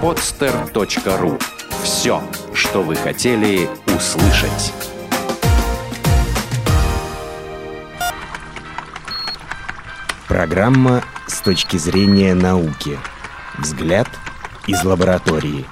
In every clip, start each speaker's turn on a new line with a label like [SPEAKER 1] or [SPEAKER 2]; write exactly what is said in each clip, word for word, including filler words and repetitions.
[SPEAKER 1] подстер точка ру. Все, что вы хотели услышать.
[SPEAKER 2] Программа «С точки зрения науки». Взгляд из лаборатории.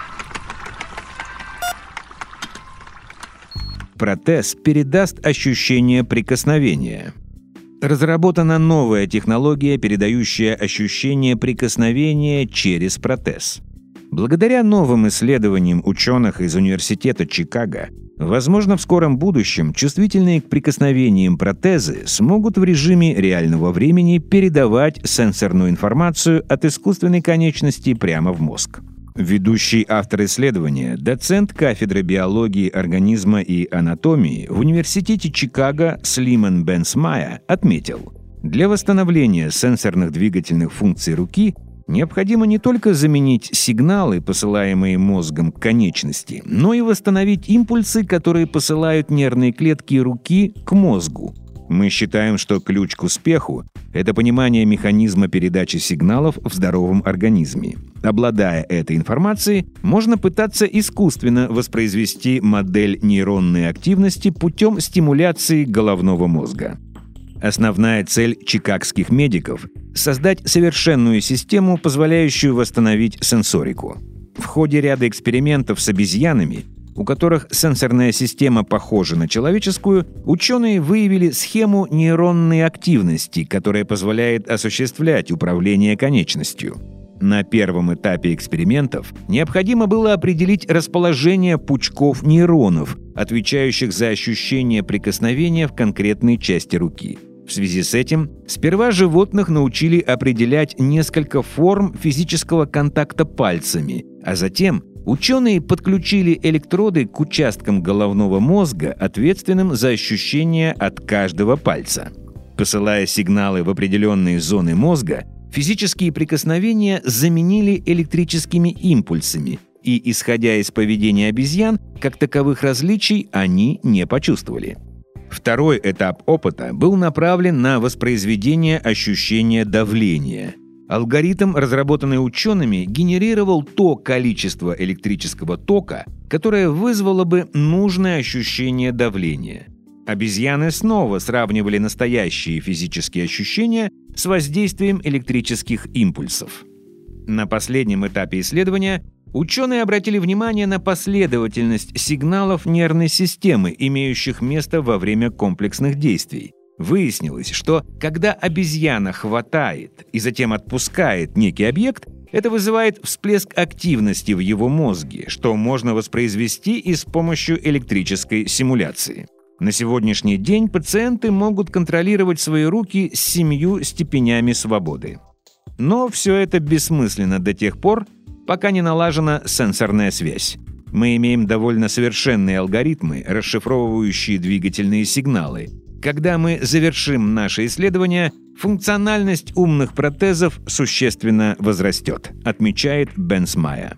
[SPEAKER 3] Протез передаст ощущение прикосновения. Разработана новая технология, передающая ощущение прикосновения через протез. Благодаря новым исследованиям ученых из Университета Чикаго, возможно, в скором будущем чувствительные к прикосновениям протезы смогут в режиме реального времени передавать сенсорную информацию от искусственной конечности прямо в мозг. Ведущий автор исследования, доцент кафедры биологии организма и анатомии в Университете Чикаго Слиман Бенсмая отметил, для восстановления сенсорных двигательных функций руки необходимо не только заменить сигналы, посылаемые мозгом к конечности, но и восстановить импульсы, которые посылают нервные клетки руки к мозгу. Мы считаем, что ключ к успеху – это понимание механизма передачи сигналов в здоровом организме. Обладая этой информацией, можно пытаться искусственно воспроизвести модель нейронной активности путем стимуляции головного мозга. Основная цель чикагских медиков – создать совершенную систему, позволяющую восстановить сенсорику. В ходе ряда экспериментов с обезьянами, у которых сенсорная система похожа на человеческую, ученые выявили схему нейронной активности, которая позволяет осуществлять управление конечностью. На первом этапе экспериментов необходимо было определить расположение пучков нейронов, отвечающих за ощущение прикосновения в конкретной части руки. В связи с этим сперва животных научили определять несколько форм физического контакта пальцами, а затем ученые подключили электроды к участкам головного мозга, ответственным за ощущение от каждого пальца. Посылая сигналы в определенные зоны мозга, физические прикосновения заменили электрическими импульсами, и, исходя из поведения обезьян, как таковых различий они не почувствовали. Второй этап опыта был направлен на воспроизведение ощущения давления. Алгоритм, разработанный учеными, генерировал то количество электрического тока, которое вызвало бы нужное ощущение давления. Обезьяны снова сравнивали настоящие физические ощущения с воздействием электрических импульсов. На последнем этапе исследования ученые обратили внимание на последовательность сигналов нервной системы, имеющих место во время комплексных действий. Выяснилось, что когда обезьяна хватает и затем отпускает некий объект, это вызывает всплеск активности в его мозге, что можно воспроизвести и с помощью электрической симуляции. На сегодняшний день пациенты могут контролировать свои руки с семью степенями свободы. Но все это бессмысленно до тех пор, пока не налажена сенсорная связь. Мы имеем довольно совершенные алгоритмы, расшифровывающие двигательные сигналы. Когда мы завершим наше исследование, функциональность умных протезов существенно возрастет, отмечает Бенсмая.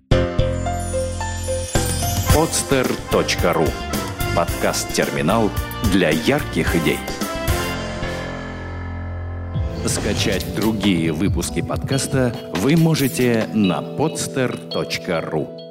[SPEAKER 1] подстер точка ру. Подкаст-терминал для ярких идей. Скачать другие выпуски подкаста вы можете на подстер точка ру.